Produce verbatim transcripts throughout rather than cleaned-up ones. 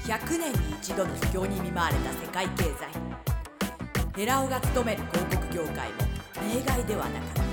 ひゃくねんに一度の不況に見舞われた世界経済。ヘラオが勤める広告業界も例外ではなかった。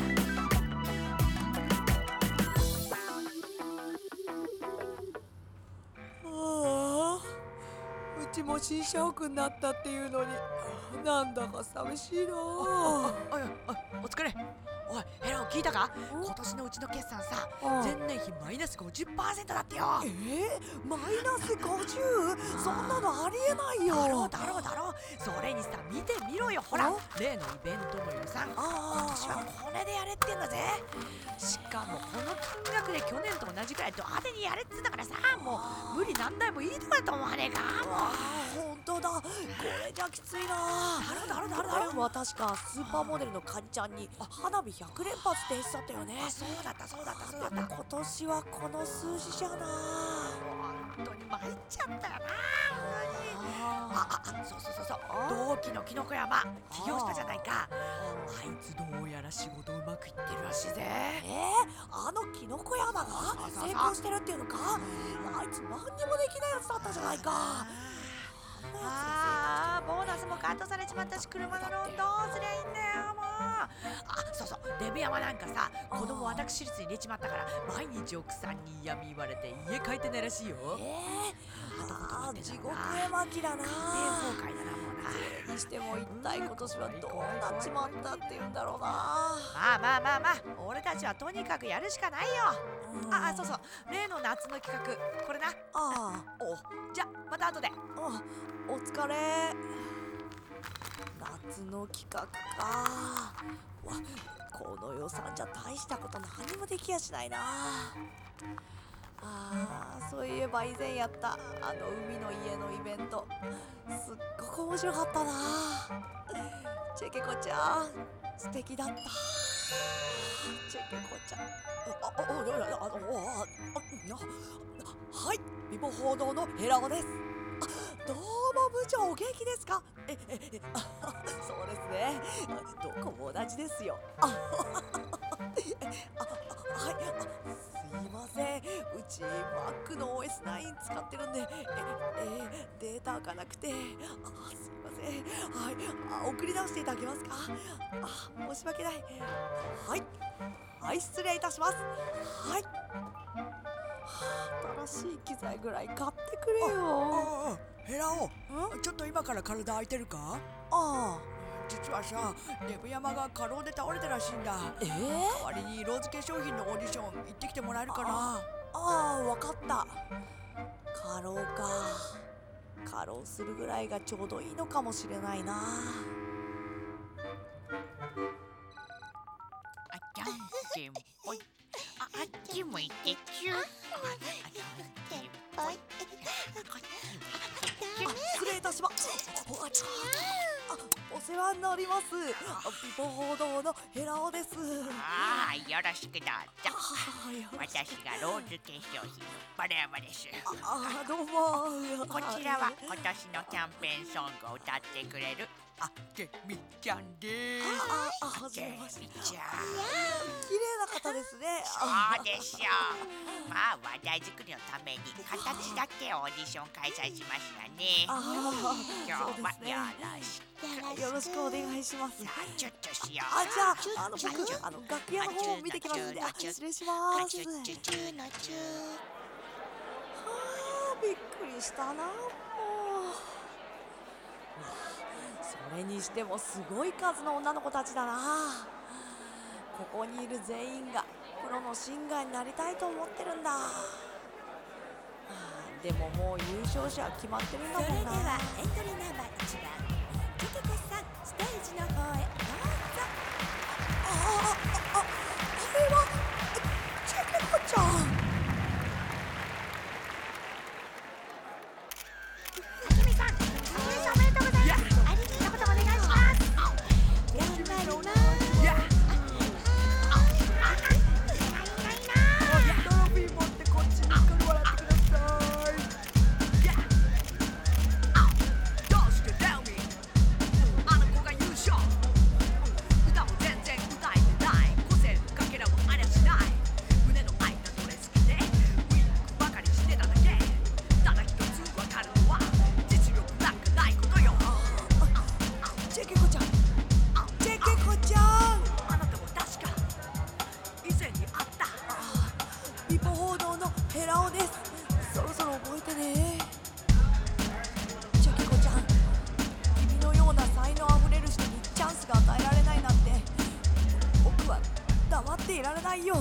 ああ、うちも新社屋になったっていうのになんだか寂しいな。 ああ、お疲れ。おい、ヘラオ聞いたか？今年のうちの決算さ、前年比マイナス ごじゅっパーセント だってよ。 えー、マイナス ごじゅう？ そんなのありえないよ。 だろうだろうだろう。それにさ、見てみろよ、ほら、例のイベントの予算、今年はこれでやれってんだぜ。しかもこの金額で去年と同じくらいド派手にやれって言うんだからさ、もう無理難題もいいとこやと思わねえか。もうああ、ほんとだ、これじゃきついな。 だろうだろうだろうだろう。 は確かスーパーモデルのカニちゃんに花火ひゃくれん発提出だったよね。 あ、そうだったそうだったそうだった。 今年はこの数字じゃな。 本当に参っちゃったよな。あああ、そうそうそうそう、同期のキノコ山起業したじゃないか。あいつどうやら仕事うまくいってるらしいぜ。 えー、あのキノコ山が成功してるっていうのか。あいつ何にもできないやつだったじゃないか。 ああ、ボーナスもカットされちまったし、車のローンどうすりゃいいんだよ、もう。あ、そうそう、デブ山なんかさ、子供私立に入れちまったから毎日奥さんに嫌味言われて家帰ってないらしいよ。 えー、 後ことなってんだ地獄絵巻だな。 家庭崩壊だな、もうな。 それにしても一体今年はどうなっちまったっていうんだろうな。 まあまあまあまあ、俺たちはとにかくやるしかないよ。ああ、そうそう、例の夏の企画、これな。 ああ、 お、じゃまた後で。 あ、お疲れ。夏の企画か。わ、この予算じゃ大したこと何もできやしないな。ああ、そういえば以前やったあの海の家のイベント、すっごく面白かったな。チェケコちゃん素敵だった。チェケコちゃん、あ、あ、あ、あ、あ、あ、はい、ビボ報道のヘラオです。どうも部長、お元気ですか？え、え、え、あ、そうですね。どこも同じですよ。あ、あ、はい、あ、すいません。うち Mac の オーエスナイン 使ってるんで、え、え、データがなくて、あ、すいません。はい、あ、送り直していただけますか？あ、申し訳ない。はい、はい、失礼いたします。はい。新しい機材ぐらい買ってくれよ。 ああ、ヘラオ、ちょっと今から体空いてるか？ ああ、 実はさ、デブ山が過労で倒れたらしいんだ。 えー、 代わりに色付け商品のオーディション行ってきてもらえるかな？ ああ、わかった。過労か。過労するぐらいがちょうどいいのかもしれないな。 あちゃん先輩、あ、あっち向いてちゅ。あ、先輩、 失礼いたします。あ、お世話になります。ビボ報道のヘラオです。 ああ、よろしくどうぞ。 あ、よろしく。 私がローズ化粧品のバレヤマです。 あ、どうも。 こちらは今年のキャンペーンソングを歌ってくれるあ、ジェミちゃんでーす。 あ、あ、はじめまして。 ジェミちゃん。 綺麗な方ですね。 そうでしょう。まあ話題作りのために形だけオーディション開催しましたね。 あ、 今日はそうですね。 よろしく。 よろしくお願いします。 さあちょっとしよう。 あ、じゃあ、あの僕、あの楽屋の方を見てきますんで、あ、失礼します。 チュッチュチュのチュ。 はあ、びっくりしたな、もう。それにしてもすごい数の女の子たちだな。ここにいる全員がプロのシンガーになりたいと思ってるんだ。はあ、でももう優勝者は決まってるんだもんな。 それではエントリーナンバーいちばん、チェケコさん、ステージの方へどうぞ。 ああ、あ、あ、あれはチェケコちゃん。 あきみさん、入賞おめでとうございます。ありがとうお願いします。 頑張ろうな。 トロフィー持ってこっちに来る、笑ってください。どうしてダウニー、あの子が優勝。歌も全然歌えてない。 ピポ報道のヘラオです。そろそろ覚えてね。チェケコちゃん、君のような才能あふれる人にチャンスが与えられないなんて僕は黙っていられないよ。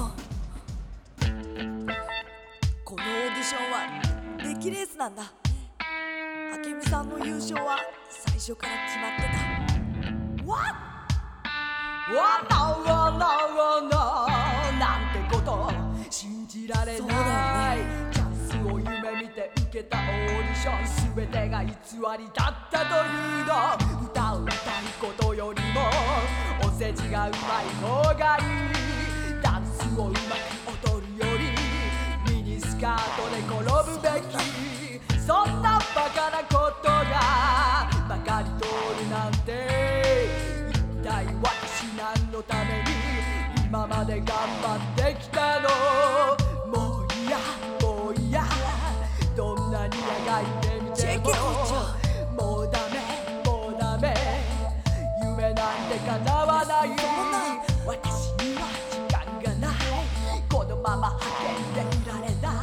このオーディションは出来レースなんだ。明美さんの優勝は最初から決まってた。わっわなわなわななんてこと信じられそうだよない、 ね。 チャンスを夢見て受けたオーディション、全てが偽りだったというの。歌う歌うことよりもお世辞がうまい方がいい。ダンスをうまく踊るよりミニスカートで転ぶべき。そんなバカなことがまかり通るなんて、一体私何のために今まで頑張ってきたの。もういやもういや、どんなにあがいてみてチェケコちももうダメもうダメ、夢なんて叶わない。私には時間がない、このまま励んでいられない。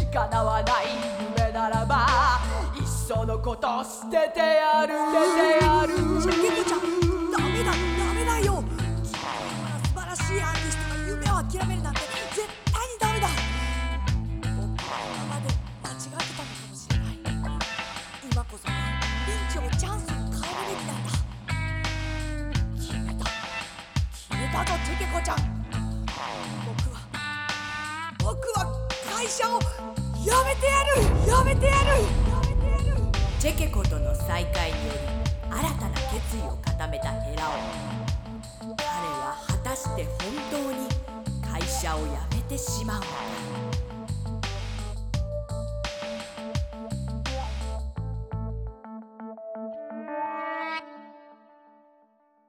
叶わない夢ならばいっそのこと捨ててやる捨ててやる。 チェケコちゃん、ダメだダメだよ。君のような素晴らしいアーティストが夢を諦めるなんて絶対にダメだ。僕は今まで間違ってたのかもしれない。今こそピンチをチャンスに変えるべきなんだ。決めた決めたぞチェケコちゃん。僕は僕は会社を辞めてやる辞めてやる辞めてやる。 チェケコとの再会により新たな決意を固めたヘラオ。彼は果たして本当に会社を辞めてしまうのか。